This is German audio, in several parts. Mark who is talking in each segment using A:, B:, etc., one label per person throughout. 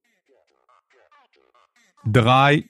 A: 3,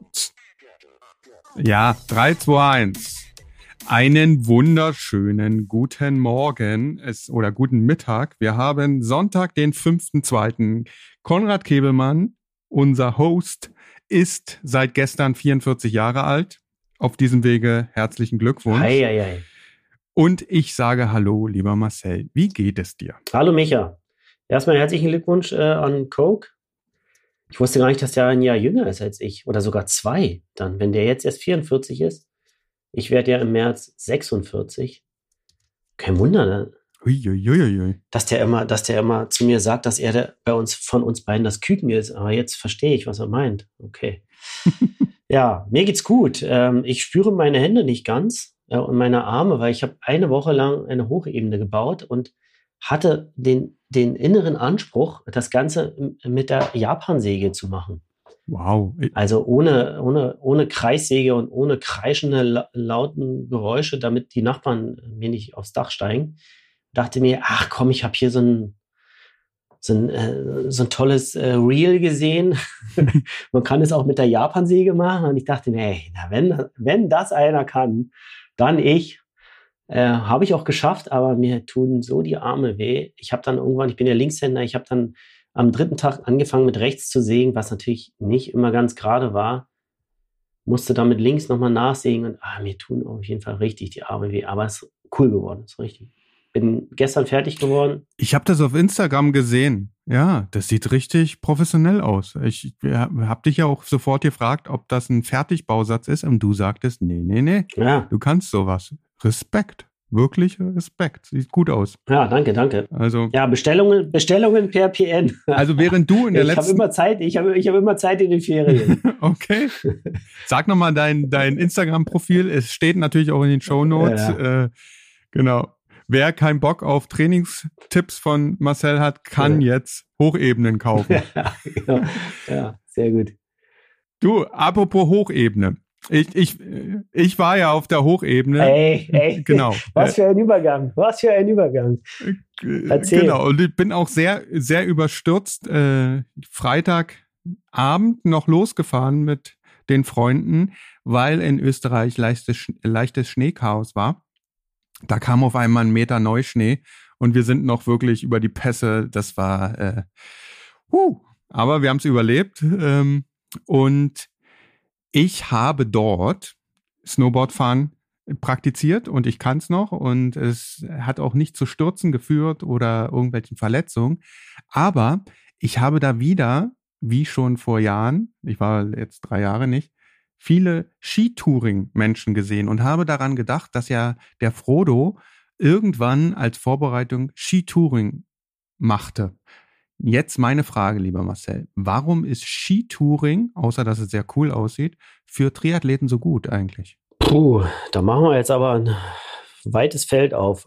A: 2, 1. Einen wunderschönen guten Morgen oder guten Mittag. Wir haben Sonntag, den 5.2. Konrad Kebelmann, unser Host, ist seit gestern 44 Jahre alt. Auf diesem Wege herzlichen Glückwunsch.
B: Ei.
A: Und ich sage Hallo, lieber Marcel. Wie geht es dir?
B: Hallo Micha. Erstmal herzlichen Glückwunsch an Coke. Ich wusste gar nicht, dass der ein Jahr jünger ist als ich. Oder sogar 2 dann, wenn der jetzt erst 44 ist. Ich werde ja im März 46. Kein Wunder, ne?
A: Uiuiuiui.
B: Dass der immer zu mir sagt, dass er von uns beiden das Küken ist. Aber jetzt verstehe ich, was er meint. Okay. Ja, mir geht's gut. Ich spüre meine Hände nicht ganz und meine Arme, weil ich habe eine Woche lang eine Hochebene gebaut und hatte den inneren Anspruch, das Ganze mit der Japansäge zu machen.
A: Wow.
B: Also ohne Kreissäge und ohne kreischende, lauten Geräusche, damit die Nachbarn mir nicht aufs Dach steigen. Dachte mir, ach komm, ich habe hier so ein tolles Reel gesehen. Man kann es auch mit der Japansäge machen. Und ich dachte mir, ey, wenn das einer kann, dann ich. Habe ich auch geschafft, aber mir tun so die Arme weh. Ich bin ja Linkshänder, ich habe dann am 3. Tag angefangen mit rechts zu sägen, was natürlich nicht immer ganz gerade war. Musste dann mit links nochmal nachsägen und mir tun auf jeden Fall richtig die Arme weh. Aber es ist cool geworden, ist richtig. Bin gestern fertig geworden.
A: Ich habe das auf Instagram gesehen. Ja, das sieht richtig professionell aus. Ich habe dich ja auch sofort gefragt, ob das ein Fertigbausatz ist und du sagtest, nee.
B: Ja.
A: Du kannst sowas. Respekt. Wirklich Respekt. Sieht gut aus.
B: Ja, danke.
A: Also,
B: ja, Bestellungen per PN.
A: Also während du in der letzten...
B: Ich habe immer Zeit in den Ferien.
A: Okay. Sag nochmal dein Instagram-Profil. Es steht natürlich auch in den Shownotes.
B: Ja.
A: Genau. Wer keinen Bock auf Trainingstipps von Marcel hat, kann jetzt Hochebenen kaufen.
B: Ja, genau. Ja, sehr gut.
A: Du, apropos Hochebene. Ich war ja auf der Hochebene.
B: Ey.
A: Genau.
B: Was für ein Übergang. Erzähl.
A: Genau. Und ich bin auch sehr, sehr überstürzt. Freitagabend noch losgefahren mit den Freunden, weil in Österreich leichtes Schneechaos war. Da kam auf einmal 1 Meter Neuschnee und wir sind noch wirklich über die Pässe. Das war, aber wir haben es überlebt. Und ich habe dort Snowboardfahren praktiziert und ich kann es noch und es hat auch nicht zu Stürzen geführt oder irgendwelchen Verletzungen. Aber ich habe da wieder, wie schon vor Jahren, ich war jetzt 3 Jahre nicht, viele Skitouring-Menschen gesehen und habe daran gedacht, dass ja der Frodo irgendwann als Vorbereitung Skitouring machte. Jetzt meine Frage, lieber Marcel. Warum ist Skitouring, außer dass es sehr cool aussieht, für Triathleten so gut eigentlich?
B: Da machen wir jetzt aber ein weites Feld auf.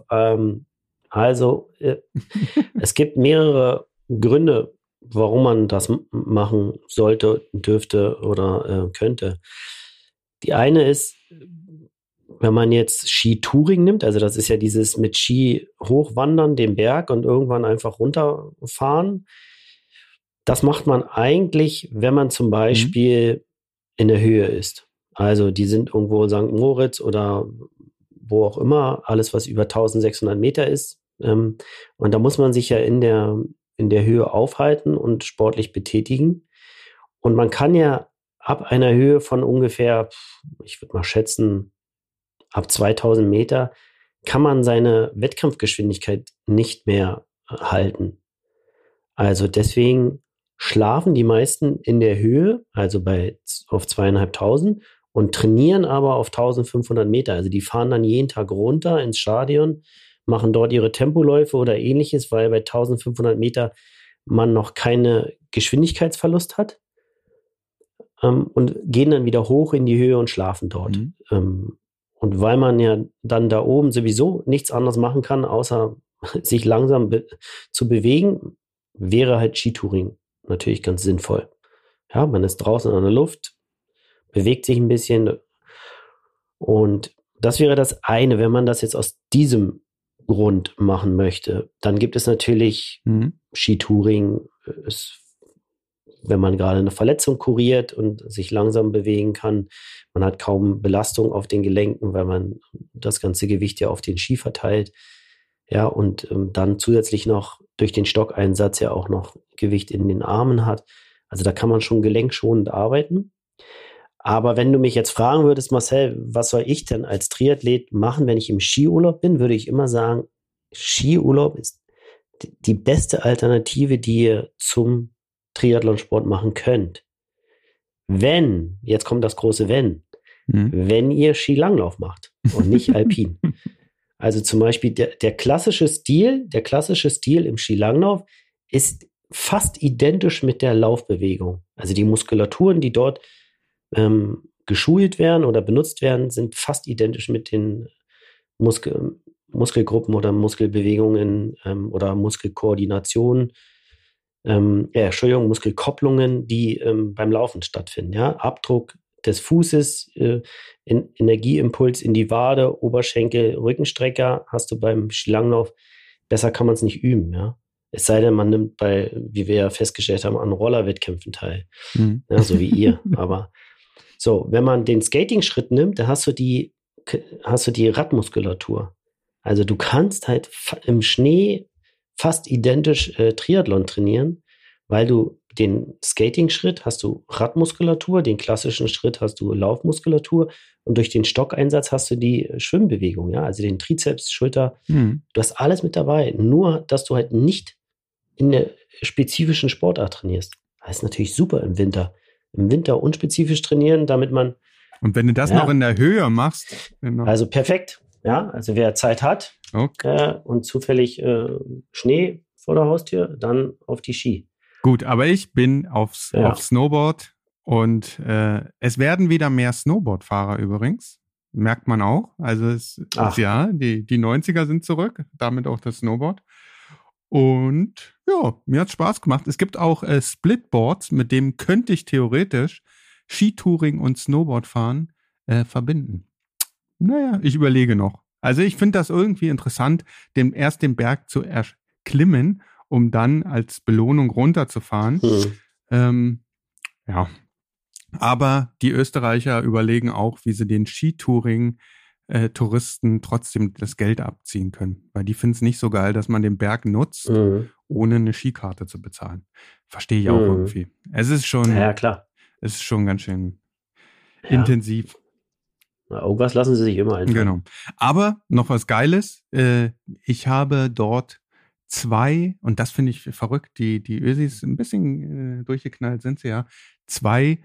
B: Es gibt mehrere Gründe, warum man das machen sollte, dürfte oder könnte. Die eine ist, wenn man jetzt Skitouring nimmt, also das ist ja dieses mit Ski hochwandern, den Berg und irgendwann einfach runterfahren. Das macht man eigentlich, wenn man zum Beispiel in der Höhe ist. Also die sind irgendwo in St. Moritz oder wo auch immer, alles was über 1600 Meter ist. Und da muss man sich ja in der Höhe aufhalten und sportlich betätigen. Und man kann ja ab einer Höhe von ungefähr, ich würde mal schätzen, ab 2000 Meter kann man seine Wettkampfgeschwindigkeit nicht mehr halten. Also deswegen schlafen die meisten in der Höhe, also auf 2500 und trainieren aber auf 1500 Meter. Also die fahren dann jeden Tag runter ins Stadion, machen dort ihre Tempoläufe oder ähnliches, weil bei 1500 Meter man noch keine Geschwindigkeitsverlust hat. Und gehen dann wieder hoch in die Höhe und schlafen dort. Und weil man ja dann da oben sowieso nichts anderes machen kann, außer sich langsam zu bewegen, wäre halt Skitouring natürlich ganz sinnvoll. Ja, man ist draußen in der Luft, bewegt sich ein bisschen und das wäre das eine, wenn man das jetzt aus diesem Grund machen möchte. Dann gibt es natürlich Skitouring, ist wenn man gerade eine Verletzung kuriert und sich langsam bewegen kann. Man hat kaum Belastung auf den Gelenken, weil man das ganze Gewicht ja auf den Ski verteilt. Ja, und dann zusätzlich noch durch den Stockeinsatz ja auch noch Gewicht in den Armen hat. Also da kann man schon gelenkschonend arbeiten. Aber wenn du mich jetzt fragen würdest, Marcel, was soll ich denn als Triathlet machen, wenn ich im Skiurlaub bin, würde ich immer sagen, Skiurlaub ist die beste Alternative, die ihr zum Triathlonsport machen könnt. Wenn, jetzt kommt das große wenn ihr Skilanglauf macht und nicht Alpin. Also zum Beispiel der klassische Stil im Skilanglauf ist fast identisch mit der Laufbewegung. Also die Muskulaturen, die dort geschult werden oder benutzt werden, sind fast identisch mit den Muskelgruppen oder Muskelbewegungen oder Muskelkoordinationen, Muskelkopplungen, die beim Laufen stattfinden. Ja? Abdruck des Fußes, Energieimpuls in die Wade, Oberschenkel, Rückenstrecker hast du beim Skilanglauf. Besser kann man es nicht üben. Ja? Es sei denn, man nimmt wie wir ja festgestellt haben, an Rollerwettkämpfen teil. Ja, so wie ihr. Aber so, wenn man den Skating-Schritt nimmt, dann hast du die Radmuskulatur. Also du kannst halt im Schnee fast identisch Triathlon trainieren, weil du den Skating-Schritt hast du Radmuskulatur, den klassischen Schritt hast du Laufmuskulatur und durch den Stockeinsatz hast du die Schwimmbewegung, ja, also den Trizeps, Schulter. Du hast alles mit dabei, nur dass du halt nicht in der spezifischen Sportart trainierst. Das ist natürlich super im Winter. Im Winter unspezifisch trainieren, damit man...
A: Und wenn du das noch in der Höhe machst...
B: Also perfekt. Ja, also wer Zeit hat und zufällig Schnee vor der Haustür, dann auf die Ski.
A: Gut, aber ich bin auf Snowboard und es werden wieder mehr Snowboardfahrer übrigens. Merkt man auch. Also die 90er sind zurück, damit auch das Snowboard. Und ja, mir hat's Spaß gemacht. Es gibt auch Splitboards, mit dem könnte ich theoretisch Skitouring und Snowboardfahren verbinden. Naja, ich überlege noch. Also ich finde das irgendwie interessant, erst den Berg zu erklimmen, um dann als Belohnung runterzufahren. Ja, aber die Österreicher überlegen auch, wie sie den Skitouring-Touristen trotzdem das Geld abziehen können. Weil die finden es nicht so geil, dass man den Berg nutzt, ohne eine Skikarte zu bezahlen. Verstehe ich auch irgendwie. Es ist schon,
B: klar.
A: Es ist schon ganz schön intensiv.
B: Irgendwas lassen sie sich immer einfallen.
A: Genau. Aber noch was Geiles. Ich habe dort 2, und das finde ich verrückt, die Ösis ein bisschen durchgeknallt sind sie ja, 2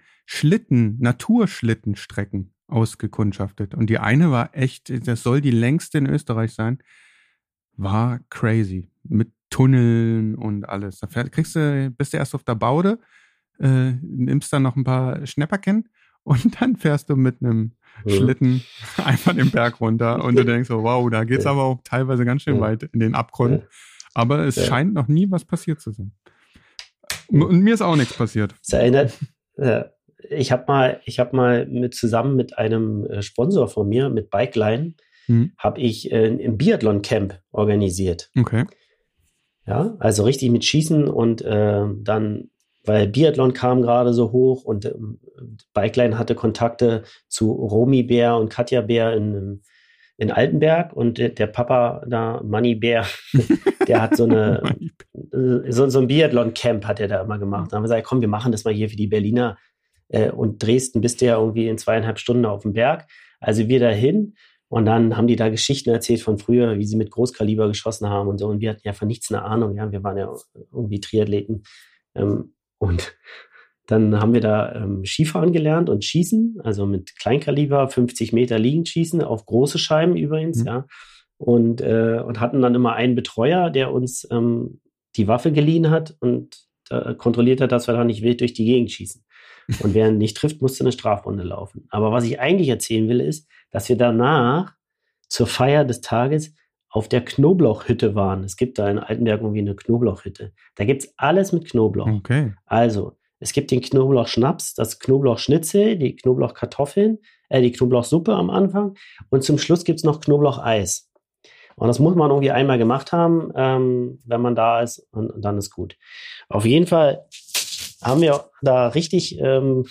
A: Naturschlittenstrecken ausgekundschaftet. Und die eine war echt, das soll die längste in Österreich sein, war crazy. Mit Tunneln und alles. Da bist du erst auf der Baude, nimmst dann noch ein paar Schnäpperchen und dann fährst du mit einem Schlitten einfach den Berg runter und du denkst so, wow, da geht's aber auch teilweise ganz schön weit in den Abgrund. Aber es scheint noch nie was passiert zu sein. Und mir ist auch nichts passiert.
B: Das erinnert, ich habe mal zusammen mit einem Sponsor von mir, mit Bikeline, habe ich ein Biathlon-Camp organisiert.
A: Okay.
B: Ja, also richtig mit Schießen und dann, weil Biathlon kam gerade so hoch und Bikeline hatte Kontakte zu Romy Bär und Katja Bär in Altenberg und der Papa da, Manni Bär, der hat so ein Biathlon-Camp hat er da immer gemacht. Da haben wir gesagt, komm, wir machen das mal hier für die Berliner und Dresden bist du ja irgendwie in 2,5 Stunden auf dem Berg. Also wir dahin und dann haben die da Geschichten erzählt von früher, wie sie mit Großkaliber geschossen haben und so und wir hatten ja von nichts eine Ahnung, ja, wir waren ja irgendwie Triathleten und dann haben wir da Skifahren gelernt und Schießen, also mit Kleinkaliber, 50 Meter liegend schießen, auf große Scheiben übrigens, ja. Und hatten dann immer einen Betreuer, der uns die Waffe geliehen hat und kontrolliert hat, dass wir da nicht wild durch die Gegend schießen. Und wer nicht trifft, musste eine Strafrunde laufen. Aber was ich eigentlich erzählen will, ist, dass wir danach zur Feier des Tages auf der Knoblauchhütte waren. Es gibt da in Altenberg irgendwie eine Knoblauchhütte. Da gibt's alles mit Knoblauch.
A: Okay.
B: Also, es gibt den Knoblauchschnaps, das Knoblauchschnitzel, die Knoblauchkartoffeln, die Knoblauchsuppe am Anfang und zum Schluss gibt's noch Knoblaucheis. Und das muss man irgendwie einmal gemacht haben, wenn man da ist und dann ist gut. Auf jeden Fall haben wir da richtig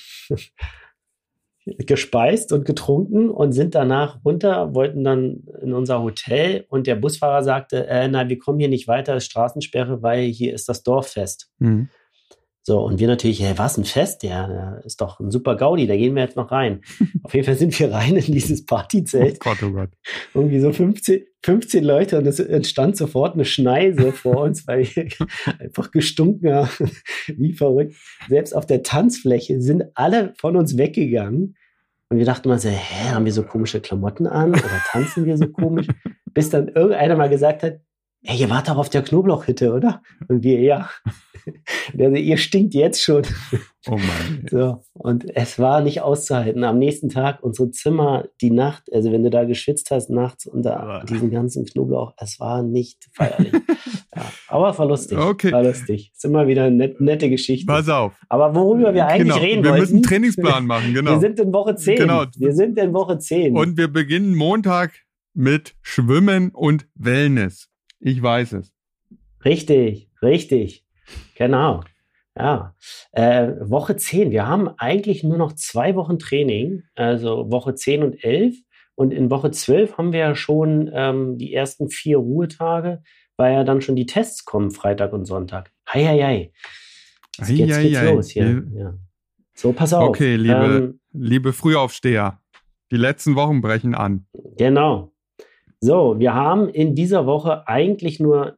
B: gespeist und getrunken und sind danach runter, wollten dann in unser Hotel und der Busfahrer sagte, nein, wir kommen hier nicht weiter, es ist Straßensperre, weil hier ist das Dorffest.
A: Mhm.
B: So, und wir natürlich, hey, was, ein Fest? Ja, ist doch ein super Gaudi, da gehen wir jetzt noch rein. Auf jeden Fall sind wir rein in dieses Partyzelt.
A: Oh Gott, oh Gott.
B: Irgendwie so 15 Leute und es entstand sofort eine Schneise vor uns, weil wir einfach gestunken haben, wie verrückt. Selbst auf der Tanzfläche sind alle von uns weggegangen. Und wir dachten mal so, haben wir so komische Klamotten an oder tanzen wir so komisch? Bis dann irgendeiner mal gesagt hat, hey, ihr wart doch auf der Knoblauchhütte, oder? Und wir, ja. Also, ihr stinkt jetzt schon.
A: Oh Mann.
B: So, und es war nicht auszuhalten. Am nächsten Tag unsere Zimmer, die Nacht, also wenn du da geschwitzt hast nachts unter diesem ganzen Knoblauch, es war nicht feierlich. Ja, aber war lustig.
A: Okay.
B: War lustig. Ist immer wieder eine nette Geschichte.
A: Pass auf.
B: Aber worüber wir eigentlich reden
A: wir
B: wollten.
A: müssen einen Trainingsplan machen, genau.
B: Wir sind in Woche 10.
A: Genau.
B: Wir sind in Woche 10.
A: Und wir beginnen Montag mit Schwimmen und Wellness. Ich weiß es.
B: Richtig. Genau. Ja. Woche 10. Wir haben eigentlich nur noch 2 Wochen Training, also Woche 10 und 11. Und in Woche 12 haben wir ja schon die ersten 4 Ruhetage, weil ja dann schon die Tests kommen, Freitag und Sonntag. Hei. Jetzt geht's los hier. Ja. So, pass auf.
A: Okay, liebe Frühaufsteher, die letzten Wochen brechen an.
B: Genau. So, wir haben in dieser Woche eigentlich nur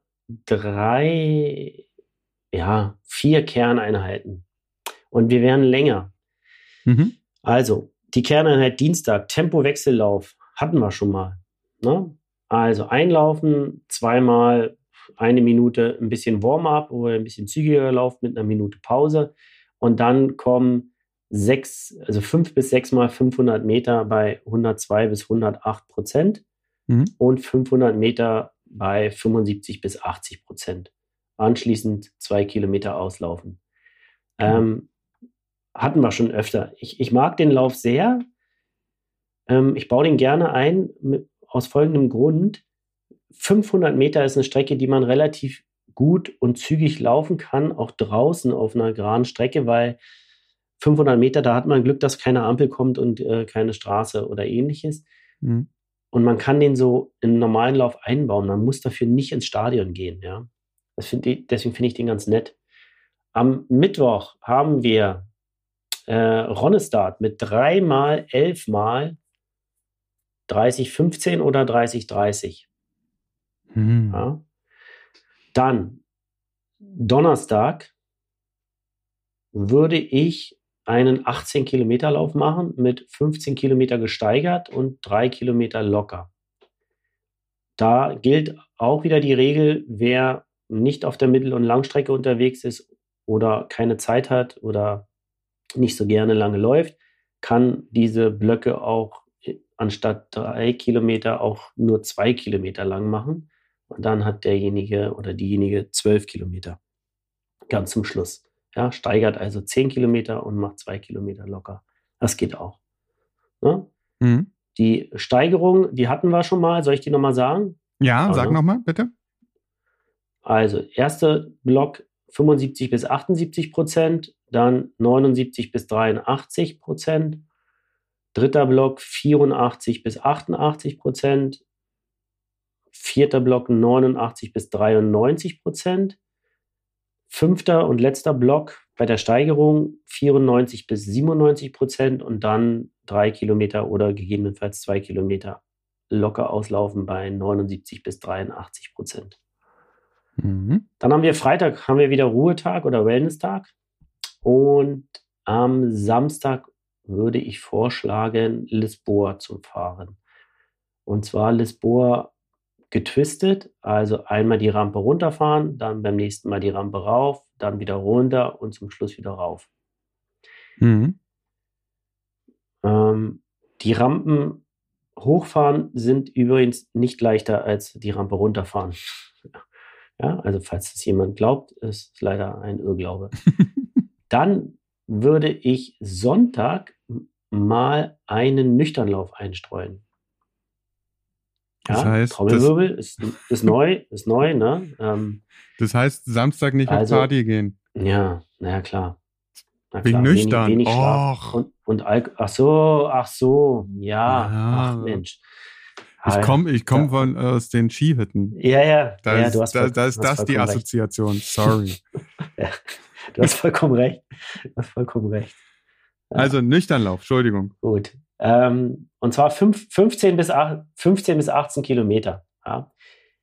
B: 4 Kerneinheiten. Und wir werden länger.
A: Mhm.
B: Also, die Kerneinheit Dienstag, Tempowechsellauf, hatten wir schon mal. Ne? Also einlaufen, 2-mal 1 Minute ein bisschen Warm-up, wo ihr ein bisschen zügiger lauft mit 1 Minute Pause. Und dann kommen 5 bis 6 Mal 500 Meter bei 102 bis 108% und 500 Meter bei 75 bis 80%. Anschließend 2 Kilometer auslaufen. Hatten wir schon öfter. Ich mag den Lauf sehr. Ich baue den gerne ein aus folgendem Grund. 500 Meter ist eine Strecke, die man relativ gut und zügig laufen kann, auch draußen auf einer geraden Strecke, weil 500 Meter, da hat man Glück, dass keine Ampel kommt und keine Straße oder ähnliches. Mhm. Und man kann den so in einen normalen Lauf einbauen. Man muss dafür nicht ins Stadion gehen. Ja? Deswegen finde ich den ganz nett. Am Mittwoch haben wir Ronnestart mit 3-mal, 11-mal 30-15 oder 30-30. Ja. Dann Donnerstag würde ich einen 18-Kilometer-Lauf machen mit 15 Kilometer gesteigert und 3 Kilometer locker. Da gilt auch wieder die Regel, wer nicht auf der Mittel- und Langstrecke unterwegs ist oder keine Zeit hat oder nicht so gerne lange läuft, kann diese Blöcke auch anstatt 3 Kilometer auch nur 2 Kilometer lang machen. Und dann hat derjenige oder diejenige 12 Kilometer. Ganz zum Schluss. Ja, steigert also 10 Kilometer und macht 2 Kilometer locker. Das geht auch. Ja? Mhm. Die Steigerung, die hatten wir schon mal. Soll ich die nochmal sagen?
A: Ja, sag nochmal, bitte.
B: Also, erster Block 75 bis 78%, dann 79 bis 83%. Dritter Block 84 bis 88%. Vierter Block 89 bis 93%. Fünfter und letzter Block bei der Steigerung 94 bis 97% und dann 3 Kilometer oder gegebenenfalls 2 Kilometer locker auslaufen bei 79 bis 83%. Mhm. Dann haben wir Freitag wieder Ruhetag oder Wellness-Tag und am Samstag würde ich vorschlagen, Lisboa zu fahren. Und zwar Lisboa getwistet, also einmal die Rampe runterfahren, dann beim nächsten Mal die Rampe rauf, dann wieder runter und zum Schluss wieder rauf. Mhm. Die Rampen hochfahren sind übrigens nicht leichter als die Rampe runterfahren. Ja, also falls das jemand glaubt, ist es leider ein Irrglaube. Dann würde ich Sonntag mal einen Nüchternlauf einstreuen. Ja,
A: das heißt,
B: Trommelwirbel ist neu, ne?
A: Das heißt, Samstag nicht auf Party gehen.
B: Ja, naja, klar. Na
A: Wegen
B: klar,
A: nüchtern.
B: wenig
A: Och.
B: Schlaf und Alkohol. Ach so, ja. Ach
A: Ja.
B: Mensch.
A: Ich
B: Ah,
A: komm aus den Skihütten.
B: ja, du hast
A: Da ist das die
B: vollkommen recht.
A: Assoziation. Sorry.
B: Ja, du hast vollkommen recht. Du hast vollkommen recht. Ja.
A: Also Nüchternlauf, Entschuldigung.
B: Gut. Und zwar 15 bis 18 Kilometer. Ja.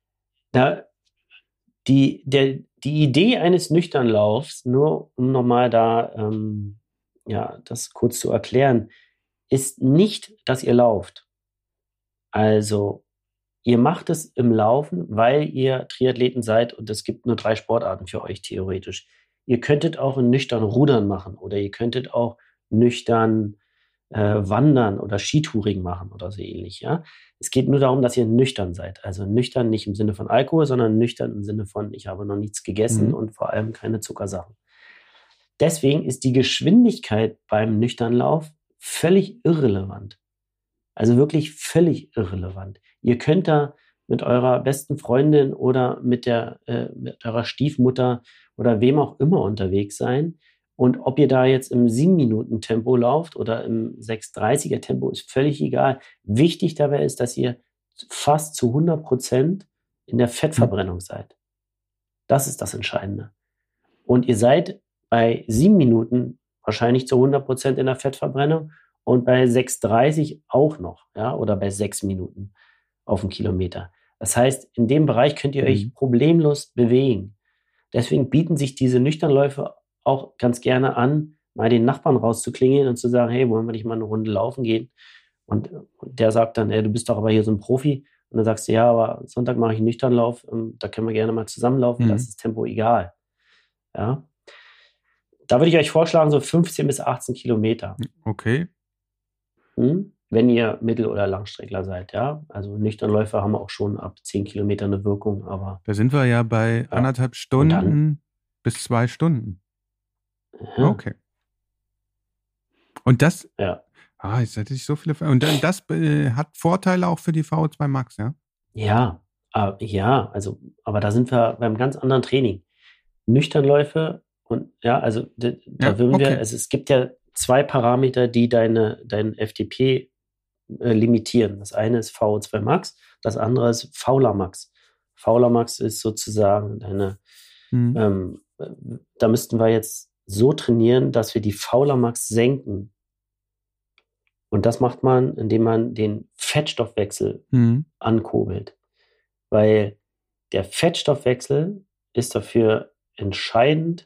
B: Die Idee eines Nüchternlaufs, nur um nochmal da das kurz zu erklären, ist nicht, dass ihr lauft. Also ihr macht es im Laufen, weil ihr Triathleten seid und es gibt nur 3 Sportarten für euch theoretisch. Ihr könntet auch ein nüchtern Rudern machen oder ihr könntet auch nüchtern Wandern oder Skitouring machen oder so ähnlich. Ja? Es geht nur darum, dass ihr nüchtern seid. Also nüchtern nicht im Sinne von Alkohol, sondern nüchtern im Sinne von, ich habe noch nichts gegessen und vor allem keine Zuckersachen. Deswegen ist die Geschwindigkeit beim Nüchternlauf völlig irrelevant. Also wirklich völlig irrelevant. Ihr könnt da mit eurer besten Freundin oder mit eurer Stiefmutter oder wem auch immer unterwegs sein. Und ob ihr da jetzt im 7-Minuten-Tempo lauft oder im 6:30er-Tempo, ist völlig egal. Wichtig dabei ist, dass ihr fast zu 100% in der Fettverbrennung seid. Das ist das Entscheidende. Und ihr seid bei 7 Minuten wahrscheinlich zu 100% in der Fettverbrennung und bei 6:30 auch noch, ja, oder bei 6 Minuten auf den Kilometer. Das heißt, in dem Bereich könnt ihr euch problemlos bewegen. Deswegen bieten sich diese Nüchternläufe auch ganz gerne an, mal den Nachbarn rauszuklingeln und zu sagen, hey, wollen wir nicht mal eine Runde laufen gehen? Und der sagt dann, du bist doch aber hier so ein Profi. Und dann sagst du, ja, aber Sonntag mache ich einen Nüchternlauf, da können wir gerne mal zusammenlaufen, da ist das Tempo egal. Ja. Da würde ich euch vorschlagen, so 15 bis 18 Kilometer.
A: Okay.
B: Wenn ihr Mittel- oder Langstreckler seid, ja. Also Nüchternläufer haben auch schon ab 10 Kilometer eine Wirkung, aber.
A: Da sind wir ja bei 1,5 Stunden bis 2 Stunden.
B: Ja.
A: Okay. Und das.
B: Ja.
A: Jetzt hätte ich so viele. Und dann das hat Vorteile auch für die VO2 Max, ja?
B: Ja, also, aber da sind wir beim ganz anderen Training. Nüchternläufe und also da würden wir, also es gibt ja 2 Parameter, die dein FTP limitieren. Das eine ist VO2 Max, das andere ist Fauler Max. Fauler Max ist sozusagen da müssten wir jetzt so trainieren, dass wir die Fauler Max senken. Und das macht man, indem man den Fettstoffwechsel ankurbelt. Weil der Fettstoffwechsel ist dafür entscheidend,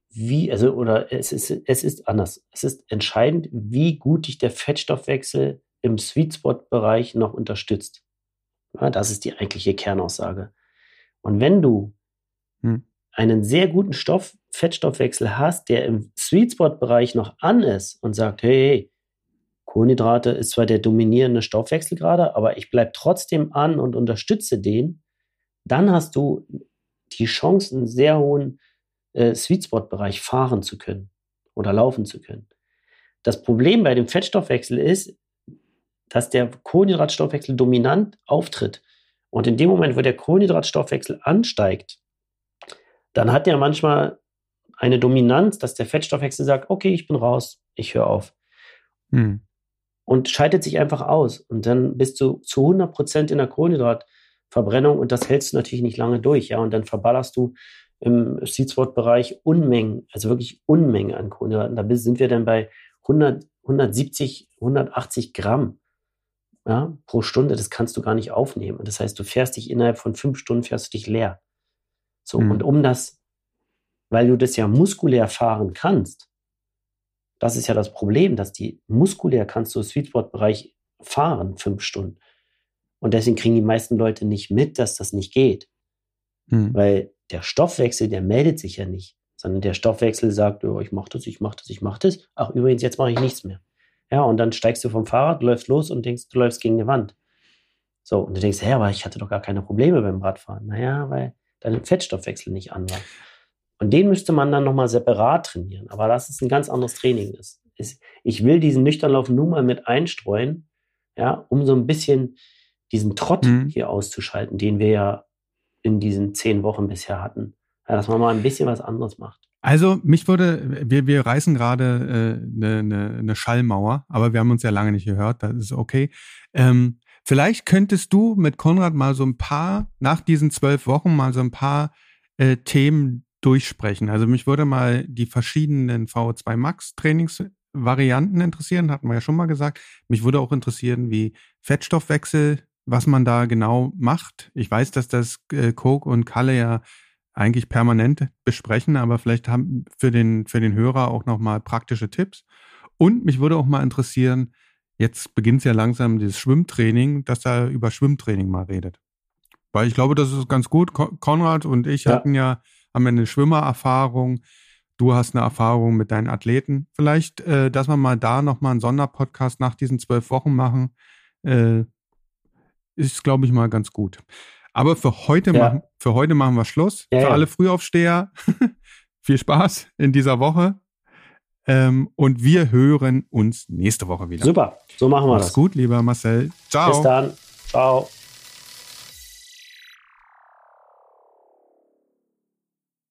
B: es ist anders. Es ist entscheidend, wie gut dich der Fettstoffwechsel im Sweet Spot Bereich noch unterstützt. Ja, das ist die eigentliche Kernaussage. Und wenn du einen sehr guten Fettstoffwechsel hast, der im Sweet Spot Bereich noch an ist und sagt, hey, Kohlenhydrate ist zwar der dominierende Stoffwechsel gerade, aber ich bleibe trotzdem an und unterstütze den, dann hast du die Chance, einen sehr hohen Sweet Spot Bereich fahren zu können oder laufen zu können. Das Problem bei dem Fettstoffwechsel ist, dass der Kohlenhydratstoffwechsel dominant auftritt. Und in dem Moment, wo der Kohlenhydratstoffwechsel ansteigt, dann hat der manchmal eine Dominanz, dass der Fettstoffwechsel sagt, okay, ich bin raus, ich höre auf. Und schaltet sich einfach aus. Und dann bist du zu 100% in der Kohlenhydratverbrennung und das hältst du natürlich nicht lange durch. Ja? Und dann verballerst du im Sweet Spot Bereich Unmengen, also wirklich Unmengen an Kohlenhydraten. Da sind wir dann bei 170, 180 Gramm pro Stunde. Das kannst du gar nicht aufnehmen. Und das heißt, du fährst dich innerhalb von 5 Stunden fährst du dich leer. So, und weil du das ja muskulär fahren kannst, das ist ja das Problem, dass muskulär kannst du im Sweet Spot Bereich fahren 5 Stunden. Und deswegen kriegen die meisten Leute nicht mit, dass das nicht geht. Weil der Stoffwechsel, der meldet sich ja nicht, sondern der Stoffwechsel sagt, oh, ich mach das. Ach, übrigens, jetzt mache ich nichts mehr. Ja, und dann steigst du vom Fahrrad, läufst los und denkst, du läufst gegen eine Wand. So, und du denkst, aber ich hatte doch gar keine Probleme beim Radfahren. Naja, weil dein Fettstoffwechsel nicht an war. Und den müsste man dann nochmal separat trainieren. Aber das ist ein ganz anderes Training. Ich will diesen Nüchternlauf nur mal mit einstreuen, ja, um so ein bisschen diesen Trott hier auszuschalten, den wir ja in diesen 10 Wochen bisher hatten. Ja, dass man mal ein bisschen was anderes macht.
A: Also wir reißen gerade eine Schallmauer, aber wir haben uns ja lange nicht gehört, das ist okay. Vielleicht könntest du mit Konrad mal so ein paar, nach diesen 12 Wochen mal so ein paar Themen durchsprechen. Also mich würde mal die verschiedenen VO2 Max Trainingsvarianten interessieren, hatten wir ja schon mal gesagt. Mich würde auch interessieren, wie Fettstoffwechsel, was man da genau macht. Ich weiß, dass das Coke und Kalle ja eigentlich permanent besprechen, aber vielleicht haben für den Hörer auch nochmal praktische Tipps. Und mich würde auch mal interessieren, jetzt beginnt es ja langsam dieses Schwimmtraining, dass er über Schwimmtraining mal redet. Weil ich glaube, das ist ganz gut. Konrad und ich haben ja eine Schwimmererfahrung. Du hast eine Erfahrung mit deinen Athleten. Vielleicht, dass wir mal da nochmal einen Sonderpodcast nach diesen 12 Wochen machen, ist, glaube ich, mal ganz gut. Aber für heute machen wir Schluss. Für alle Frühaufsteher, viel Spaß in dieser Woche. Und wir hören uns nächste Woche wieder.
B: Super, so machen wir das.
A: Mach's gut, lieber Marcel. Ciao.
B: Bis dann. Ciao.